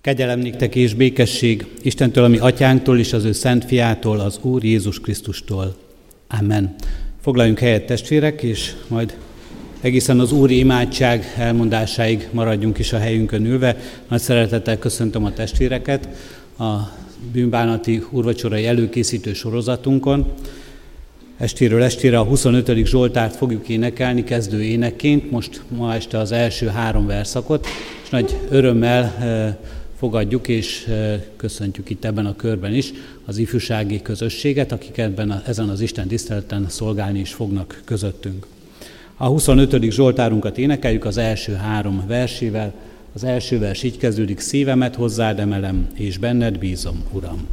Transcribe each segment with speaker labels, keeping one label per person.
Speaker 1: Kegyelem néktek és békesség Istentől, a mi atyánktól és az ő szent fiától, az Úr Jézus Krisztustól. Amen. Foglaljunk helyet, testvérek, és majd egészen az úri imádság elmondásáig maradjunk is a helyünkön ülve. Nagy szeretettel köszöntöm a testvéreket a bűnbánati úrvacsorai előkészítő sorozatunkon. Estéről estére a 25. Zsoltárt fogjuk énekelni kezdő énekként, ma este az első 3 verszakot, és nagy örömmel fogadjuk és köszöntjük itt ebben a körben is az ifjúsági közösséget, akik ezen az Isten tiszteleten szolgálni is fognak közöttünk. A 25. Zsoltárunkat énekeljük az első 3 versével. Az első vers így kezdődik: szívemet hozzád emelem, és benned bízom, Uram.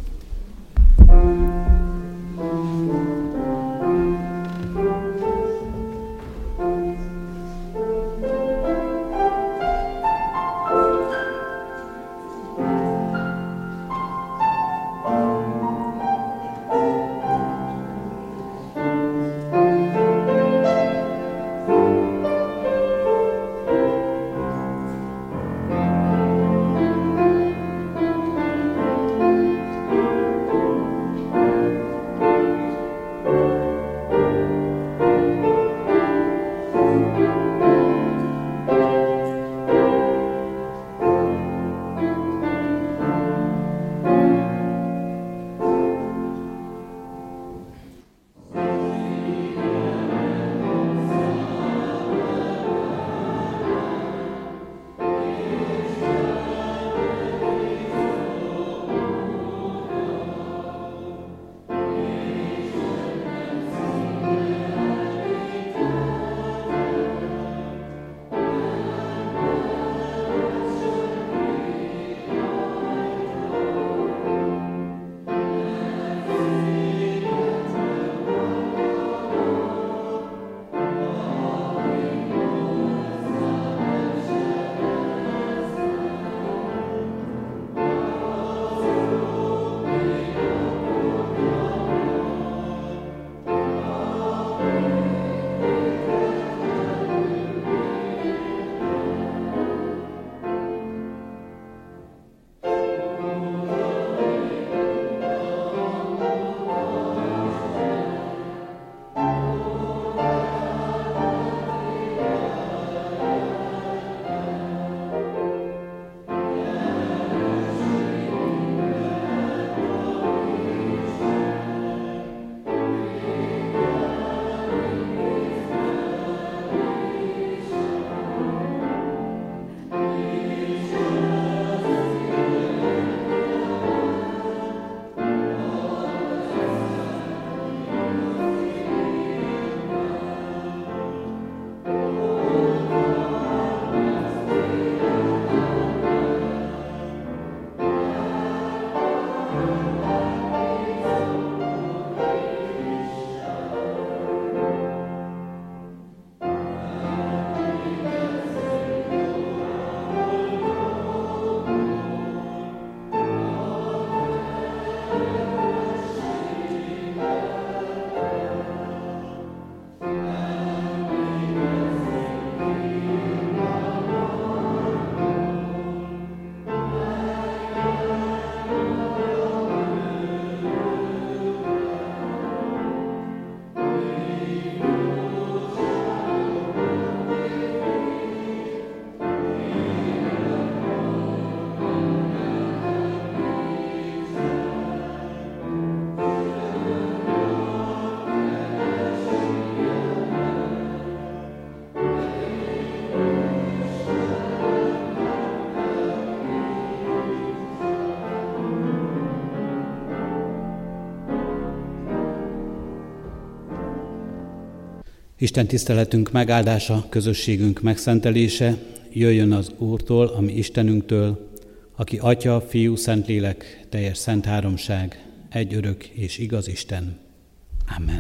Speaker 1: Isten tiszteletünk megáldása, közösségünk megszentelése jöjjön az Úrtól, a mi Istenünktől, aki Atya, Fiú, Szentlélek, teljes szent háromság, egy örök és igaz Isten. Amen.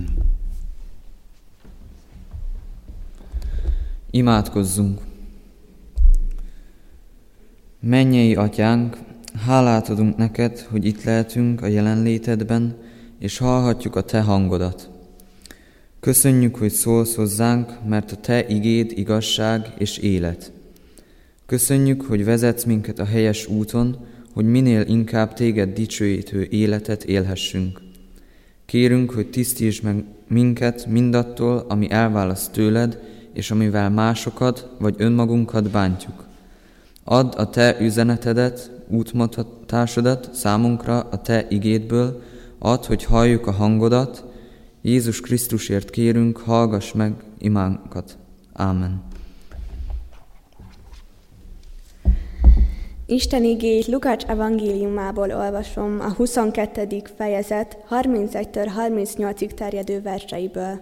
Speaker 2: Imádkozzunk! Mennyei Atyánk, hálát adunk neked, hogy itt lehetünk a jelenlétedben, és hallhatjuk a te hangodat. Köszönjük, hogy szólsz hozzánk, mert a te igéd igazság és élet. Köszönjük, hogy vezetsz minket a helyes úton, hogy minél inkább téged dicsőítő életet élhessünk. Kérünk, hogy tisztítsd meg minket mindattól, ami elválaszt tőled, és amivel másokat vagy önmagunkat bántjuk. Add a te üzenetedet, útmutatásodat számunkra a te igédből, add, hogy halljuk a hangodat. Jézus Krisztusért kérünk, hallgass meg imánkat. Ámen.
Speaker 3: Isten igéjét Lukács evangéliumából olvasom a 22. fejezet 31-től 38-ig terjedő verseiből.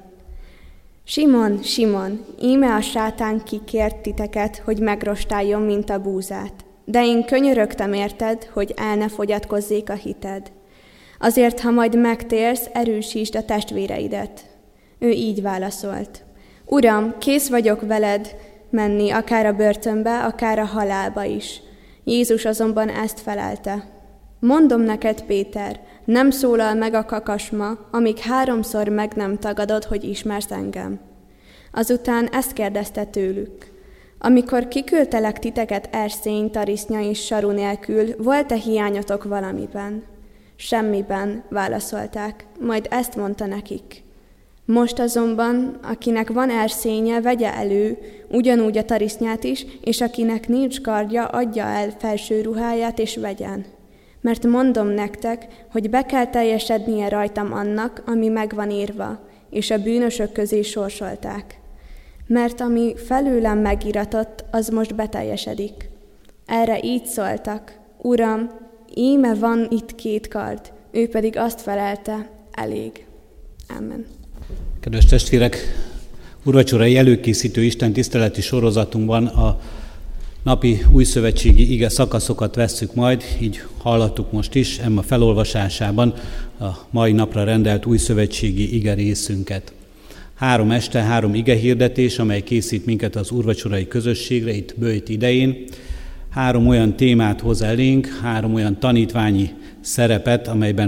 Speaker 3: Simon, Simon, íme a sátán kikért titeket, hogy megrostáljon, mint a búzát. De én könyörögtem érted, hogy el ne fogyatkozzék a hited. Azért, ha majd megtérsz, erősítsd a testvéreidet. Ő így válaszolt. Uram, kész vagyok veled menni, akár a börtönbe, akár a halálba is. Jézus azonban ezt felelte. Mondom neked, Péter, nem szólal meg a kakas ma, amíg 3-szor meg nem tagadod, hogy ismersz engem. Azután ezt kérdezte tőlük. Amikor kiküldtelek titeket erszény, tarisznya és saru nélkül, volt-e hiányotok valamiben? Semmiben, válaszolták, majd ezt mondta nekik. Most azonban, akinek van erszénye, vegye elő, ugyanúgy a tarisznyát is, és akinek nincs kardja, adja el felső ruháját és vegyen. Mert mondom nektek, hogy be kell teljesednie rajtam annak, ami megvan írva, és a bűnösök közé sorsolták. Mert ami felőlem megiratott, az most beteljesedik. Erre így szóltak, Uram, íme van itt 2 kard, ő pedig azt felelte, elég. Amen.
Speaker 1: Kedves testvérek, úrvacsorai előkészítő Isten tiszteleti sorozatunkban a napi újszövetségi ige szakaszokat vesszük majd, így hallottuk most is Emma felolvasásában a mai napra rendelt újszövetségi ige részünket. 3 este, 3 ige hirdetés, amely készít minket az úrvacsorai közösségre itt böjt idején. 3 olyan témát hoz elénk, 3 olyan tanítványi szerepet, amelyben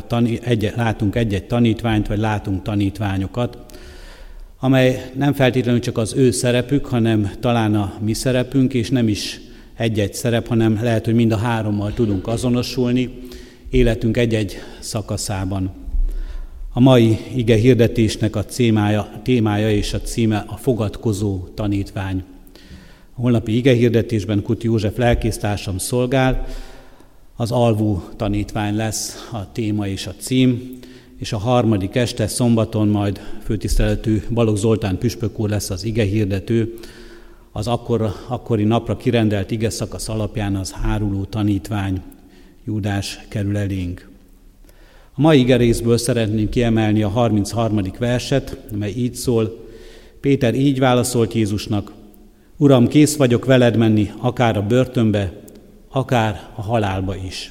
Speaker 1: látunk egy-egy tanítványt, vagy látunk tanítványokat, amely nem feltétlenül csak az ő szerepük, hanem talán a mi szerepünk, és nem is egy-egy szerep, hanem lehet, hogy mind a 3-mal tudunk azonosulni életünk egy-egy szakaszában. A mai ige hirdetésnek a témája és a címe a fogadkozó tanítvány. A holnapi ige hirdetésben Kuti József lelkésztársam szolgál, az alvó tanítvány lesz a téma és a cím, és a 3. este szombaton majd főtiszteletű Balogh Zoltán püspök úr lesz az ige hirdető, az akkori napra kirendelt ige szakasz alapján az áruló tanítvány Júdás kerül elénk. A mai ige részből szeretném kiemelni a 33. verset, mely így szól, Péter így válaszolt Jézusnak, Uram, kész vagyok veled menni, akár a börtönbe, akár a halálba is.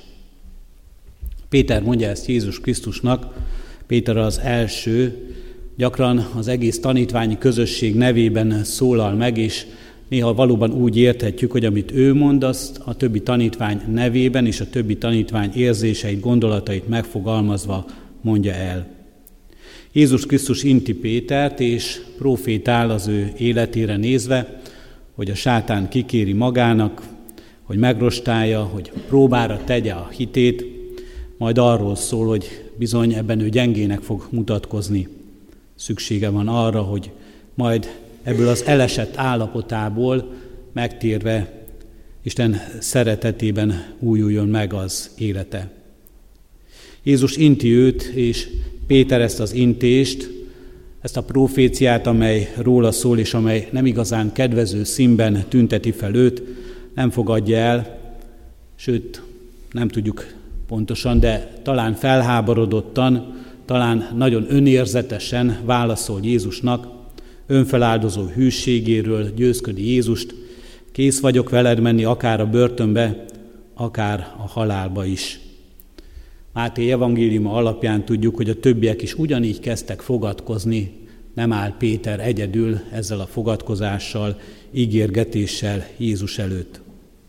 Speaker 1: Péter mondja ezt Jézus Krisztusnak, Péter az első, gyakran az egész tanítványi közösség nevében szólal meg, és néha valóban úgy érthetjük, hogy amit ő mond, azt a többi tanítvány nevében és a többi tanítvány érzéseit, gondolatait megfogalmazva mondja el. Jézus Krisztus inti Pétert, és profétál az ő életére nézve, hogy a sátán kikéri magának, hogy megrostálja, hogy próbára tegye a hitét, majd arról szól, hogy bizony ebben ő gyengének fog mutatkozni. Szüksége van arra, hogy majd ebből az elesett állapotából megtérve Isten szeretetében újuljon meg az élete. Jézus inti őt, és Péter ezt az intést, ezt a proféciát, amely róla szól, és amely nem igazán kedvező színben tünteti fel őt, nem fogadja el, sőt, nem tudjuk pontosan, de talán felháborodottan, talán nagyon önérzetesen válaszol Jézusnak, önfeláldozó hűségéről győzködi Jézust, kész vagyok veled menni akár a börtönbe, akár a halálba is. Máté evangéliuma alapján tudjuk, hogy a többiek is ugyanígy kezdtek fogadkozni, nem áll Péter egyedül ezzel a fogadkozással, ígérgetéssel Jézus előtt.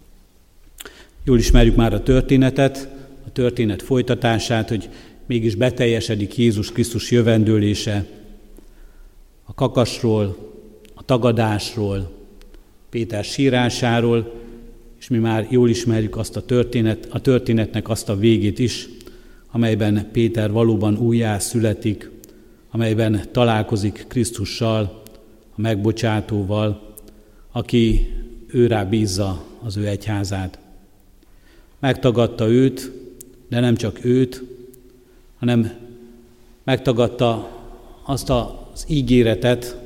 Speaker 1: Jól ismerjük már a történetet, a történet folytatását, hogy mégis beteljesedik Jézus Krisztus jövendőlése. A kakasról, a tagadásról, Péter sírásáról, és mi már jól ismerjük azt a történetnek azt a végét is, amelyben Péter valóban újjá születik, amelyben találkozik Krisztussal, a megbocsátóval, aki őrá bízza az ő egyházát. Megtagadta őt, de nem csak őt, hanem megtagadta azt az ígéretet,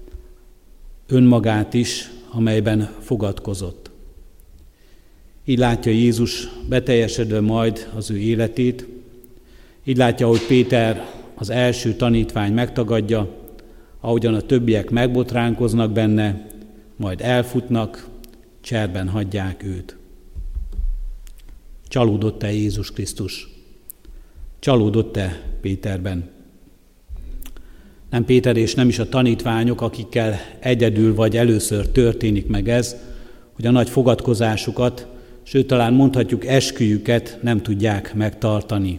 Speaker 1: önmagát is, amelyben fogadkozott. Így látja Jézus beteljesedve majd az ő életét, így látja, hogy Péter az első tanítvány megtagadja, ahogyan a többiek megbotránkoznak benne, majd elfutnak, cserben hagyják őt. Csalódott-e Jézus Krisztus? Csalódott-e Péterben? Nem Péter és nem is a tanítványok, akikkel egyedül vagy először történik meg ez, hogy a nagy fogadkozásukat, sőt talán mondhatjuk esküjüket nem tudják megtartani.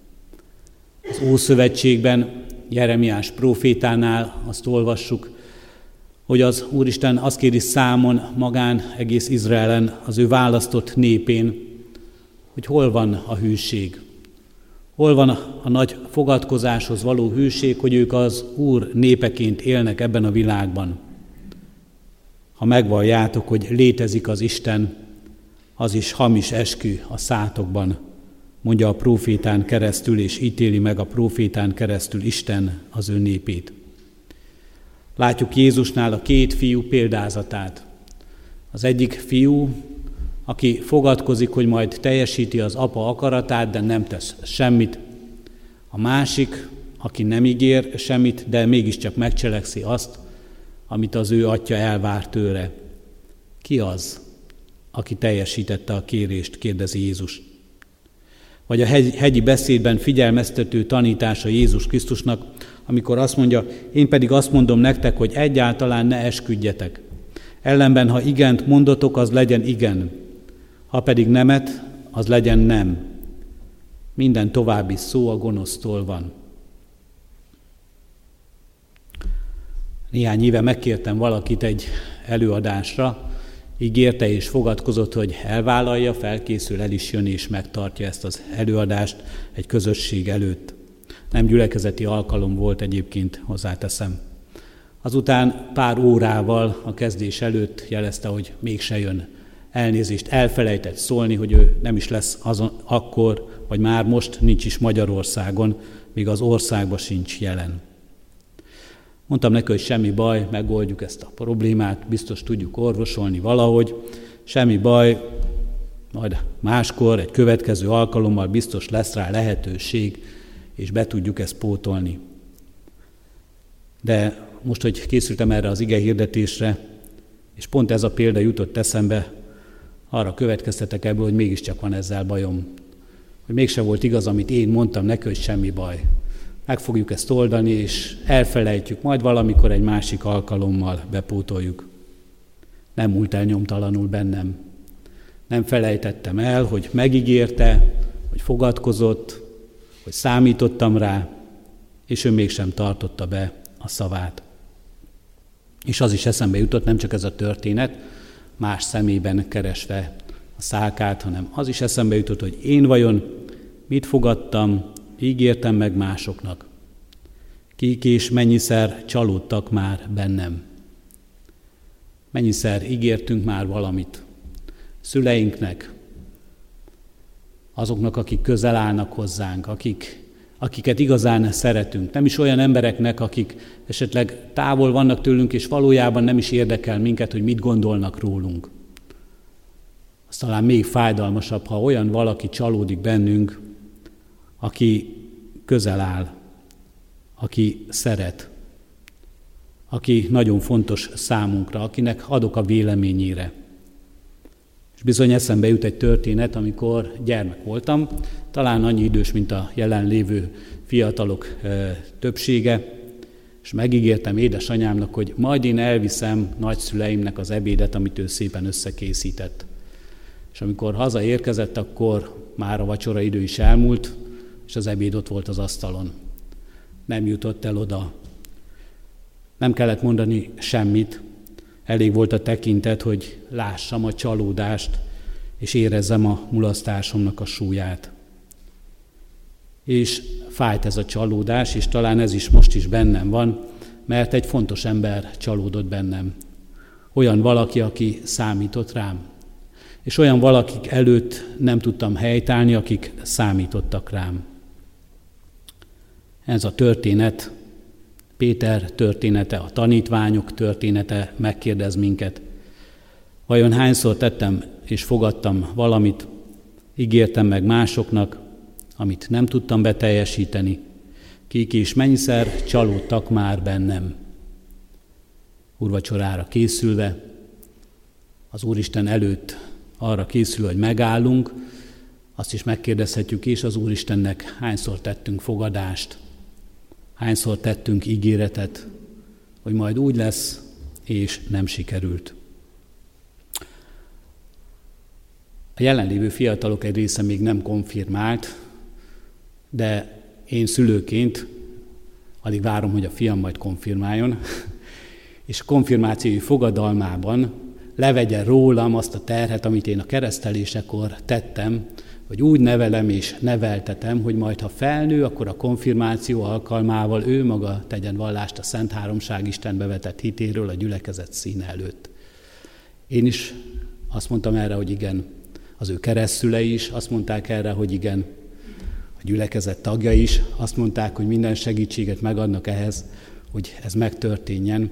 Speaker 1: Az Ószövetségben, Jeremiás prófétánál azt olvassuk, hogy az Úristen azt kéri számon magán egész Izraelen, az ő választott népén, hogy hol van a hűség. Hol van a nagy fogadkozáshoz való hűség, hogy ők az Úr népeként élnek ebben a világban. Ha megvalljátok, hogy létezik az Isten, az is hamis eskü a szátokban, mondja a prófétán keresztül, és ítéli meg a prófétán keresztül Isten az ő népét. Látjuk Jézusnál a két fiú példázatát. Az egyik fiú, aki fogadkozik, hogy majd teljesíti az apa akaratát, de nem tesz semmit. A másik, aki nem ígér semmit, de mégiscsak megcselekszi azt, amit az ő atya elvár tőle. Ki az, aki teljesítette a kérést, kérdezi Jézus. Vagy a hegyi beszédben figyelmeztető tanítása Jézus Krisztusnak, amikor azt mondja, én pedig azt mondom nektek, hogy egyáltalán ne esküdjetek. Ellenben, ha igent mondotok, az legyen igen. Ha pedig nemet, az legyen nem. Minden további szó a gonosztól van. Néhány éve megkértem valakit egy előadásra, ígérte és fogadkozott, hogy elvállalja, felkészül, el is jön és megtartja ezt az előadást egy közösség előtt. Nem gyülekezeti alkalom volt egyébként, hozzáteszem. Azután pár órával a kezdés előtt jelezte, hogy mégse jön. Elnézést, elfelejtett szólni, hogy ő nem is lesz azon akkor, vagy már most nincs is Magyarországon, még az országban sincs jelen. Mondtam neki, hogy semmi baj, megoldjuk ezt a problémát, biztos tudjuk orvosolni valahogy, semmi baj, majd máskor, egy következő alkalommal biztos lesz rá lehetőség, és be tudjuk ezt pótolni. De most, hogy készültem erre az ige hirdetésre, és pont ez a példa jutott eszembe, arra következtetek ebből, hogy mégiscsak van ezzel bajom. Hogy mégse volt igaz, amit én mondtam neki, hogy semmi baj. Meg fogjuk ezt oldani, és elfelejtjük, majd valamikor egy másik alkalommal bepótoljuk. Nem múlt el nyomtalanul bennem. Nem felejtettem el, hogy megígérte, hogy fogadkozott, hogy számítottam rá, és ő mégsem tartotta be a szavát. És az is eszembe jutott, nem csak ez a történet, más szemében keresve a szálkát, hanem az is eszembe jutott, hogy én vajon mit fogadtam, ígértem meg másoknak. Kik és mennyiszer csalódtak már bennem. Mennyiszer ígértünk már valamit szüleinknek, azoknak, akik közel állnak hozzánk, akiket igazán szeretünk. Nem is olyan embereknek, akik esetleg távol vannak tőlünk, és valójában nem is érdekel minket, hogy mit gondolnak rólunk. Az talán még fájdalmasabb, ha olyan valaki csalódik bennünk, aki közel áll, aki szeret, aki nagyon fontos számunkra, akinek adok a véleményére. És bizony eszembe jut egy történet, amikor gyermek voltam, talán annyi idős, mint a jelenlévő fiatalok többsége, és megígértem édesanyámnak, hogy majd én elviszem nagyszüleimnek az ebédet, amit ő szépen összekészített. És amikor hazaérkezett, akkor már a vacsora idő is elmúlt, és az ebéd ott volt az asztalon. Nem jutott el oda. Nem kellett mondani semmit, Elég volt a tekintet, hogy lássam a csalódást, és érezzem a mulasztásomnak a súlyát. És fájt ez a csalódás, és talán ez is most is bennem van, mert egy fontos ember csalódott bennem. Olyan valaki, aki számított rám. És olyan valakik előtt nem tudtam helytállni, akik számítottak rám. Ez a történet, Péter története, a tanítványok története megkérdez minket. Vajon hányszor tettem és fogadtam valamit, ígértem meg másoknak, amit nem tudtam beteljesíteni, kik is mennyiszer csalódtak már bennem. Úrvacsorára készülve, az Úristen előtt arra készül, hogy megállunk, azt is megkérdezhetjük és az Úristennek, hányszor tettünk fogadást, hányszor tettünk ígéretet, hogy majd úgy lesz, és nem sikerült. A jelenlévő fiatalok egy része még nem konfirmált, de én szülőként alig várom, hogy a fiam majd konfirmáljon, és a konfirmációi fogadalmában levegye rólam azt a terhet, amit én a keresztelésekor tettem, hogy úgy nevelem és neveltetem, hogy majd ha felnő, akkor a konfirmáció alkalmával ő maga tegyen vallást a Szent Háromság Istenbe vetett hitéről a gyülekezet színe előtt. Én is azt mondtam erre, hogy igen. Az ő keresztszülei is azt mondták erre, hogy igen. A gyülekezet tagja is azt mondták, hogy minden segítséget megadnak ehhez, hogy ez megtörténjen.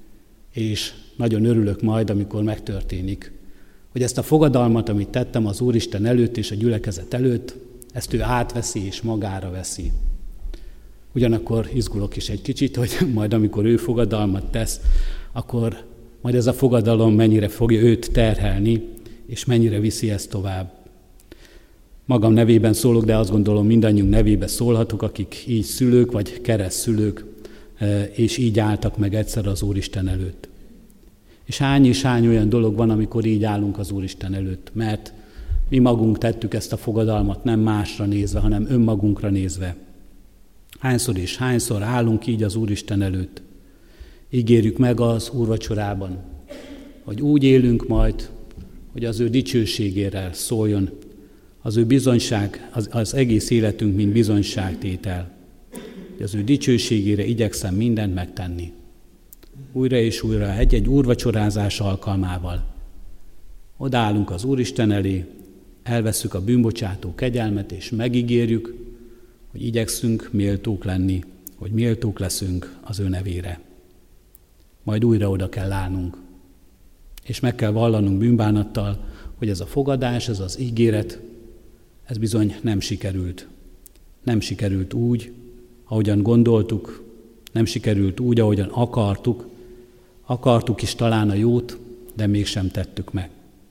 Speaker 1: És nagyon örülök majd, amikor megtörténik, hogy ezt a fogadalmat, amit tettem az Úristen előtt és a gyülekezet előtt, ezt ő átveszi és magára veszi. Ugyanakkor izgulok is egy kicsit, hogy majd amikor ő fogadalmat tesz, akkor majd ez a fogadalom mennyire fogja őt terhelni, és mennyire viszi ezt tovább. Magam nevében szólok, de azt gondolom mindannyiunk nevébe szólhatok, akik így szülők vagy keresztszülők, és így álltak meg egyszer az Úristen előtt. És hány olyan dolog van, amikor így állunk az Úristen előtt, mert mi magunk tettük ezt a fogadalmat nem másra nézve, hanem önmagunkra nézve. Hányszor és hányszor állunk így az Úristen előtt. Ígérjük meg az úrvacsorában, hogy úgy élünk majd, hogy az ő dicsőségére szóljon, az ő bizonyság, az egész életünk, mint bizonyságtétel. Az ő dicsőségére igyekszem mindent megtenni. Újra és újra egy-egy úrvacsorázás alkalmával. Odaállunk az Úristen elé, elvesszük a bűnbocsátó kegyelmet, és megígérjük, hogy igyekszünk méltók lenni, hogy méltók leszünk az ő nevére. Majd újra oda kell állnunk, és meg kell vallanunk bűnbánattal, hogy ez a fogadás, ez az ígéret, ez bizony nem sikerült. Nem sikerült úgy, ahogyan gondoltuk, nem sikerült úgy, ahogyan akartuk. Akartuk is talán a jót, de mégsem tettük meg.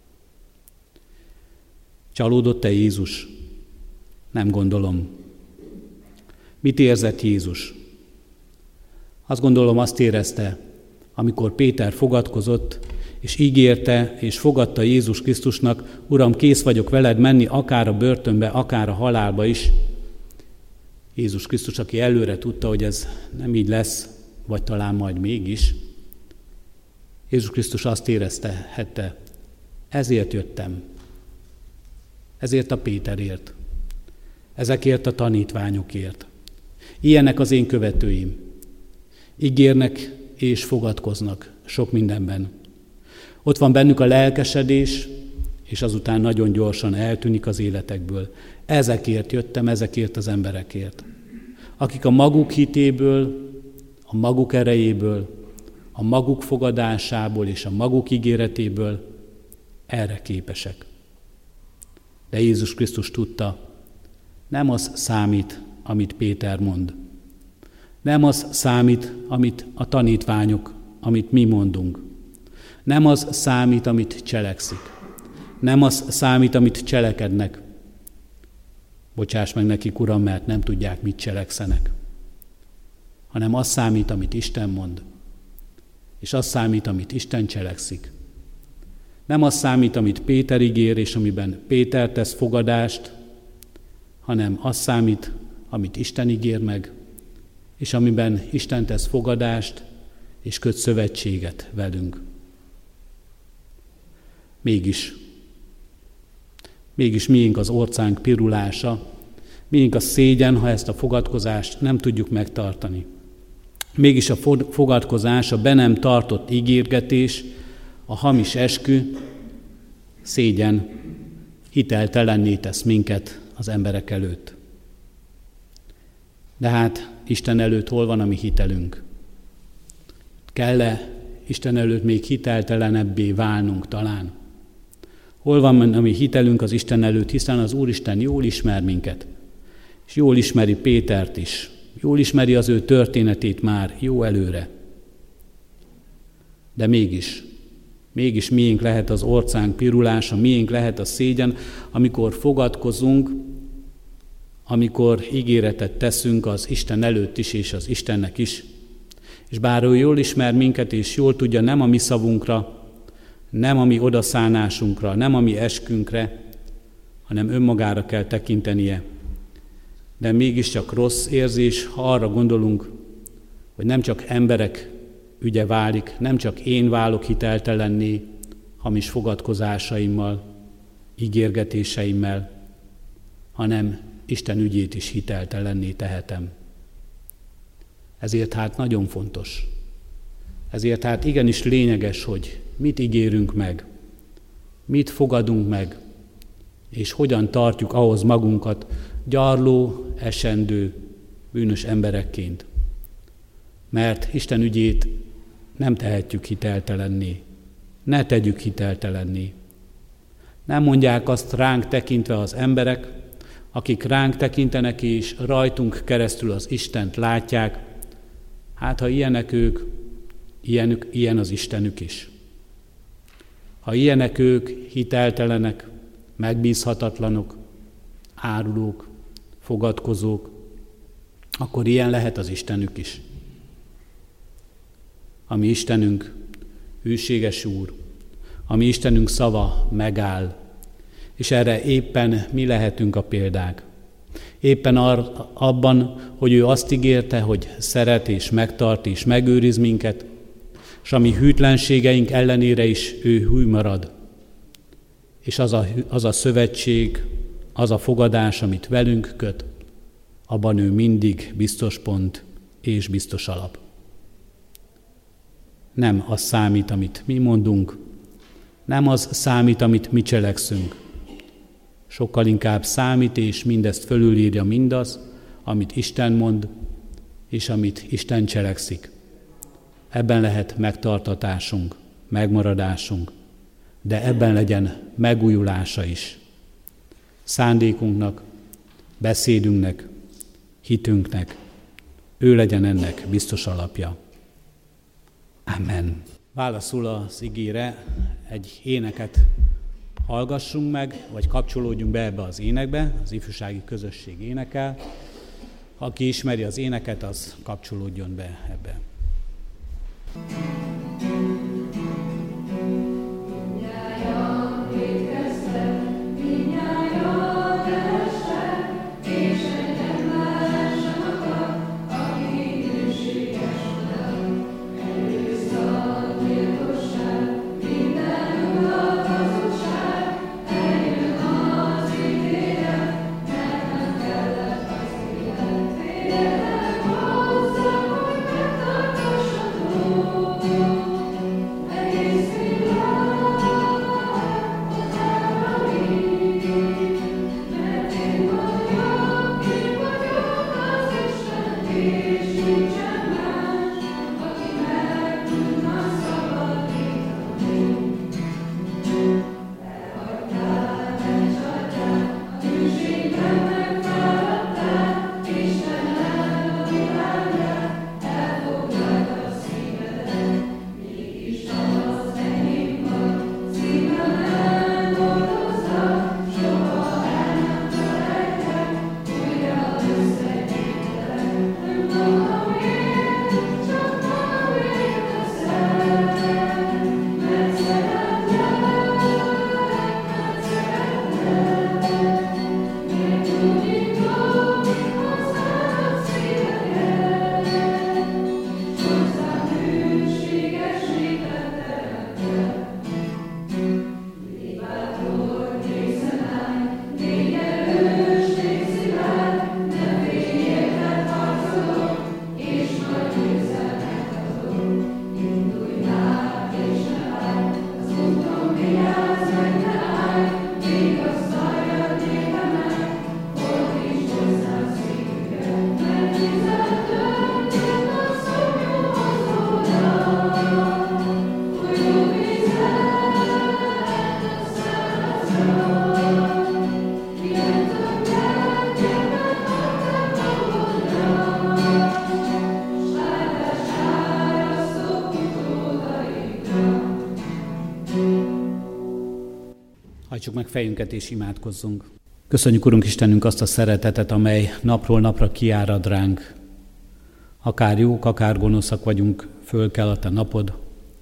Speaker 1: Csalódott-e Jézus? Nem gondolom. Mit érzett Jézus? Azt gondolom, azt érezte, amikor Péter fogadkozott, és ígérte, és fogadta Jézus Krisztusnak, Uram, kész vagyok veled menni, akár a börtönbe, akár a halálba is. Jézus Krisztus, aki előre tudta, hogy ez nem így lesz, vagy talán majd mégis. Jézus Krisztus azt éreztehette, ezért jöttem. Ezért a Péterért. Ezekért a tanítványokért. Ilyenek az én követőim. Ígérnek és fogadkoznak sok mindenben. Ott van bennük a lelkesedés, és azután nagyon gyorsan eltűnik az életekből. Ezekért jöttem, ezekért az emberekért. Akik a maguk hitéből, a maguk erejéből, a maguk fogadásából és a maguk ígéretéből erre képesek. De Jézus Krisztus tudta, nem az számít, amit Péter mond. Nem az számít, amit a tanítványok, amit mi mondunk. Nem az számít, amit cselekszik. Nem az számít, amit cselekednek. Bocsáss meg nekik, Uram, mert nem tudják, mit cselekszenek. Hanem az számít, amit Isten mond. És az számít, amit Isten cselekszik. Nem az számít, amit Péter ígér, és amiben Péter tesz fogadást, hanem az számít, amit Isten ígér meg, és amiben Isten tesz fogadást, és köt szövetséget velünk. Mégis miénk az orcánk pirulása, miénk a szégyen, ha ezt a fogadkozást nem tudjuk megtartani. Mégis a fogadkozás, a be nem tartott ígérgetés, a hamis eskü, szégyen, hiteltelenné tesz minket az emberek előtt. De hát Isten előtt hol van a mi hitelünk? Kell-e Isten előtt még hiteltelenebbé válnunk talán? Hol van a mi hitelünk az Isten előtt, hiszen az Úristen jól ismer minket, és jól ismeri Pétert is, jól ismeri az ő történetét már jó előre. De mégis miénk lehet az orcánk pirulása, miénk lehet a szégyen, amikor fogadkozunk, amikor ígéretet teszünk az Isten előtt is, és az Istennek is. És bár ő jól ismer minket, és jól tudja, nem a mi szavunkra, nem a mi odaszánásunkra, nem a mi eskünkre, hanem önmagára kell tekintenie. De mégiscsak rossz érzés, ha arra gondolunk, hogy nem csak emberek ügye válik, nem csak én válok hiteltelenné hamis fogadkozásaimmal, ígérgetéseimmel, hanem Isten ügyét is hiteltelenné tehetem. Ezért hát nagyon fontos. Ezért hát igenis lényeges, hogy mit ígérünk meg, mit fogadunk meg, és hogyan tartjuk ahhoz magunkat gyarló, esendő, bűnös emberekként. Mert Isten ügyét nem tehetjük hiteltelenné. Ne tegyük hiteltelenné. Nem mondják azt ránk tekintve az emberek, akik ránk tekintenek és rajtunk keresztül az Istent látják, hát ha ilyenek ők, ilyen az Istenük is. Ha ilyenek ők, hiteltelenek, megbízhatatlanok, árulók, fogadkozók, akkor ilyen lehet az Istenük is. A mi Istenünk hűséges Úr, a mi Istenünk szava megáll, és erre éppen mi lehetünk a példák. Éppen abban, hogy ő azt ígérte, hogy szeret és megtart és megőriz minket, és a mi hűtlenségeink ellenére is ő hű marad. És az a szövetség, az a fogadás, amit velünk köt, abban ő mindig biztos pont és biztos alap. Nem az számít, amit mi mondunk, nem az számít, amit mi cselekszünk. Sokkal inkább számít, és mindezt fölülírja mindaz, amit Isten mond, és amit Isten cselekszik. Ebben lehet megtartatásunk, megmaradásunk, de ebben legyen megújulása is. Szándékunknak, beszédünknek, hitünknek, ő legyen ennek biztos alapja. Amen. Válaszul az igére egy éneket hallgassunk meg, vagy kapcsolódjunk be ebbe az énekbe, az ifjúsági közösség énekel. Aki ismeri az éneket, az kapcsolódjon be ebbe.
Speaker 4: Oh
Speaker 1: Hajtsuk meg fejünket és imádkozzunk. Köszönjük, Urunk Istenünk, azt a szeretetet, amely napról napra kiárad ránk. Akár jók, akár gonoszak vagyunk, föl kell a te napod.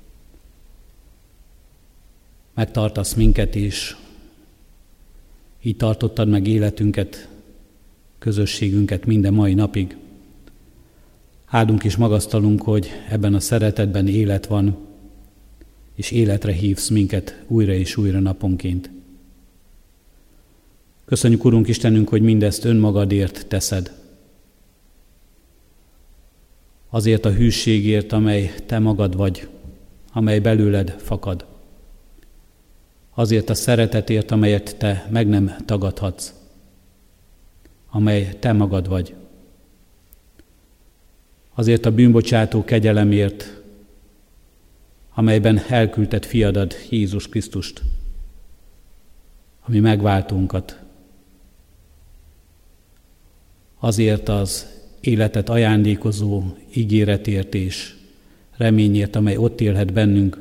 Speaker 1: Megtartasz minket, és így tartottad meg életünket, közösségünket minden mai napig. Áldunk és magasztalunk, hogy ebben a szeretetben élet van, és életre hívsz minket újra és újra naponként. Köszönjük, Urunk Istenünk, hogy mindezt önmagadért teszed. Azért a hűségért, amely te magad vagy, amely belőled fakad. Azért a szeretetért, amelyet te meg nem tagadhatsz, amely te magad vagy. Azért a bűnbocsátó kegyelemért, amelyben elküldted fiadad, Jézus Krisztust, ami megváltunkat. Azért az életet ajándékozó ígéretért és reményért, amely ott élhet bennünk,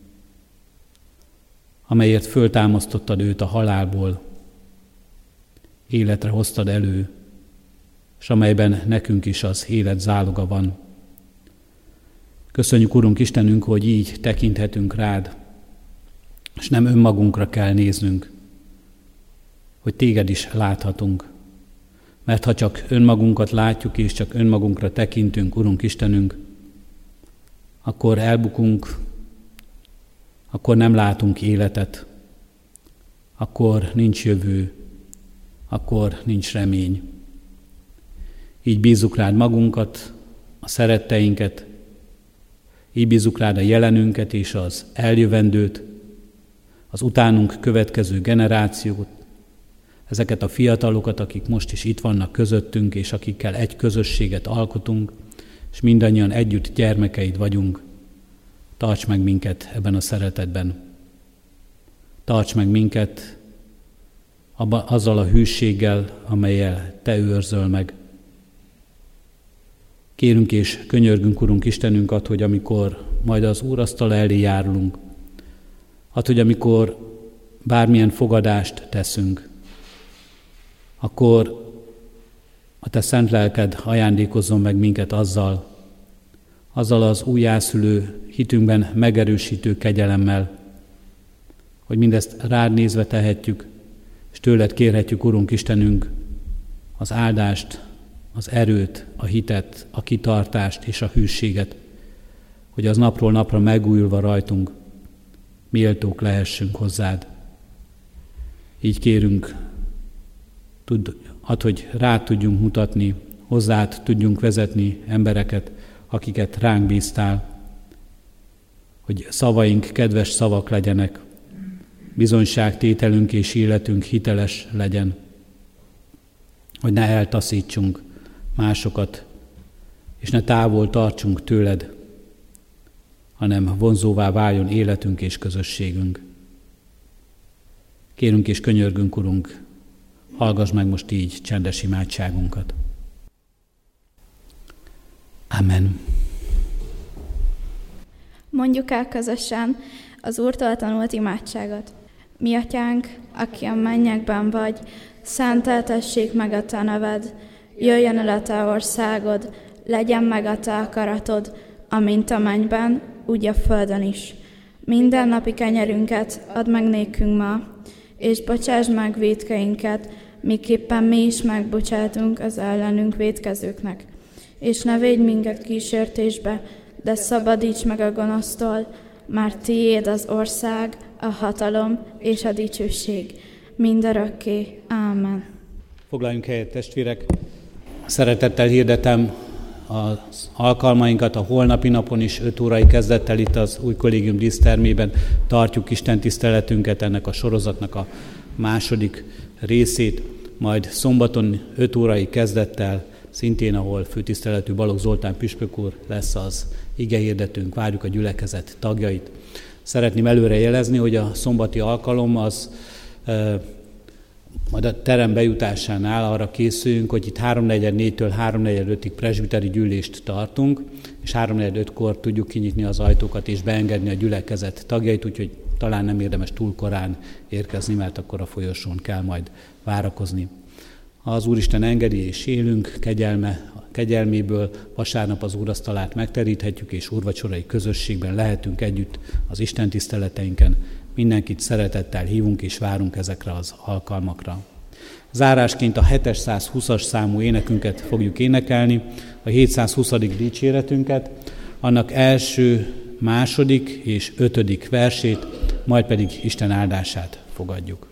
Speaker 1: amelyért föltámasztottad őt a halálból, életre hoztad elő, és amelyben nekünk is az élet záloga van. Köszönjük, Urunk Istenünk, hogy így tekinthetünk rád, és nem önmagunkra kell néznünk, hogy téged is láthatunk. Mert ha csak önmagunkat látjuk, és csak önmagunkra tekintünk, Urunk Istenünk, akkor elbukunk, akkor nem látunk életet, akkor nincs jövő, akkor nincs remény. Így bízzuk rád magunkat, a szeretteinket, így bízzuk rád a jelenünket és az eljövendőt, az utánunk következő generációt, ezeket a fiatalokat, akik most is itt vannak közöttünk, és akikkel egy közösséget alkotunk, és mindannyian együtt gyermekeid vagyunk. Tarts meg minket ebben a szeretetben. Tarts meg minket azzal a hűséggel, amellyel te őrzöl meg. Kérünk és könyörgünk, Urunk Istenünk, add, hogy amikor majd az úrasztala elé járulunk, add, hogy amikor bármilyen fogadást teszünk, akkor a te szent lelked ajándékozzon meg minket azzal az újjászülő hitünkben megerősítő kegyelemmel, hogy mindezt rád nézve tehetjük, és tőled kérhetjük, Urunk Istenünk, az áldást, az erőt, a hitet, a kitartást és a hűséget, hogy az napról napra megújulva rajtunk méltók lehessünk hozzád. Így kérünk, add, hogy rád tudjunk mutatni, hozzád tudjunk vezetni embereket, akiket ránk bíztál, hogy szavaink kedves szavak legyenek, bizonyságtételünk és életünk hiteles legyen, hogy ne eltaszítsunk másokat, és ne távol tartsunk tőled, hanem vonzóvá váljon életünk és közösségünk. Kérünk és könyörgünk, Urunk, hallgass meg most így csendes imádságunkat. Amen.
Speaker 4: Mondjuk el közösen az Úrtól tanult imádságot. Mi atyánk, aki a mennyekben vagy, szenteltessék meg a te neved, jöjjön el a te országod, legyen meg a te akaratod, amint a mennyben, úgy a földön is. Minden napi kenyerünket add meg nékünk ma, és bocsásd meg vétkeinket, miképpen mi is megbocsátunk az ellenünk vétkezőknek. És ne védj minket kísértésbe, de szabadíts meg a gonosztól, mert tiéd az ország, a hatalom és a dicsőség mindörökké. Ámen.
Speaker 1: Foglaljunk helyet, testvérek! Szeretettel hirdetem az alkalmainkat a holnapi napon is 5 órai kezdettel itt az új kollégium dísztermében tartjuk Isten tiszteletünket, ennek a sorozatnak a második részét, majd szombaton 5 órai kezdettel szintén, ahol főtiszteletű Balogh Zoltán püspök úr lesz az igehirdetőnk, várjuk a gyülekezet tagjait. Szeretném előre jelezni, hogy a szombati alkalom az majd a terem bejutásánál arra készüljünk, hogy itt 3:44-től 3:45-ig presbiteri gyűlést tartunk, és 3:45-kor tudjuk kinyitni az ajtókat és beengedni a gyülekezet tagjait, úgyhogy talán nem érdemes túl korán érkezni, mert akkor a folyosón kell majd várakozni. Ha az Úristen engedi és élünk, kegyelméből vasárnap az úrasztalát megteríthetjük, és úrvacsorai közösségben lehetünk együtt az Isten tiszteleteinken. Mindenkit szeretettel hívunk és várunk ezekre az alkalmakra. Zárásként a 720-as számú énekünket fogjuk énekelni, a 720. dicséretünket, annak első, második és 5. versét, majd pedig Isten áldását fogadjuk.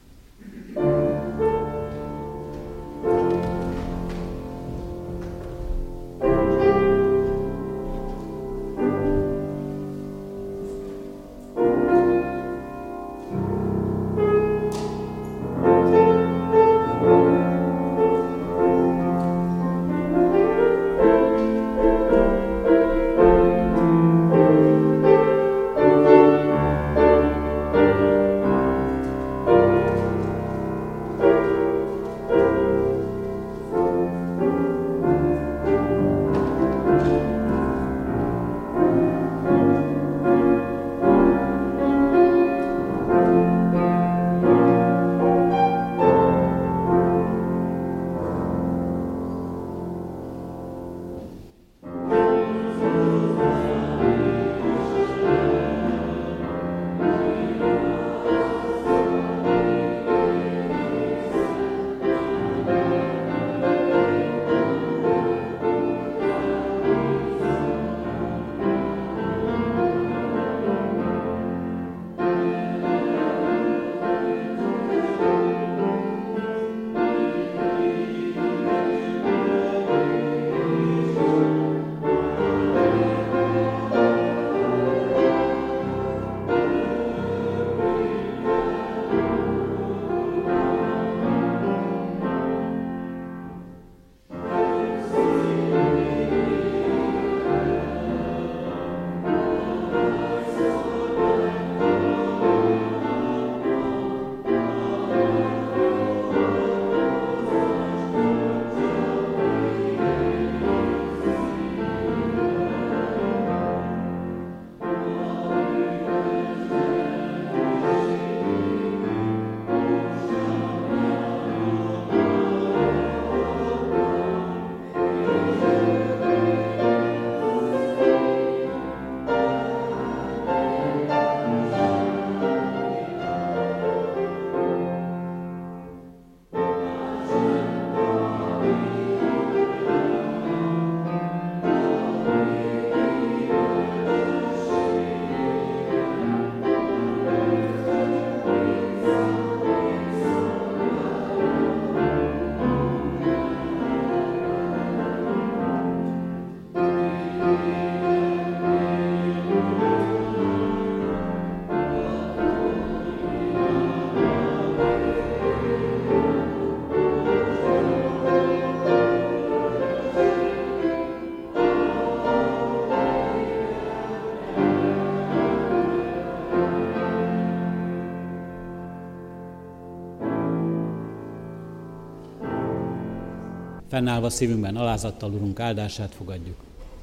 Speaker 1: Fennállva szívünkben alázattal Urunk áldását fogadjuk.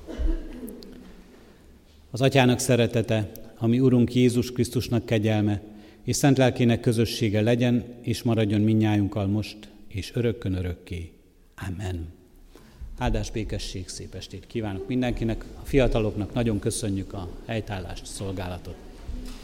Speaker 1: Az Atyának szeretete, ami Urunk Jézus Krisztusnak kegyelme, és szent lelkének közössége legyen, és maradjon mindnyájunkkal most, és örökkön örökké. Amen. Áldás, békesség, szép estét kívánok mindenkinek. A fiataloknak nagyon köszönjük a helytállást, szolgálatot.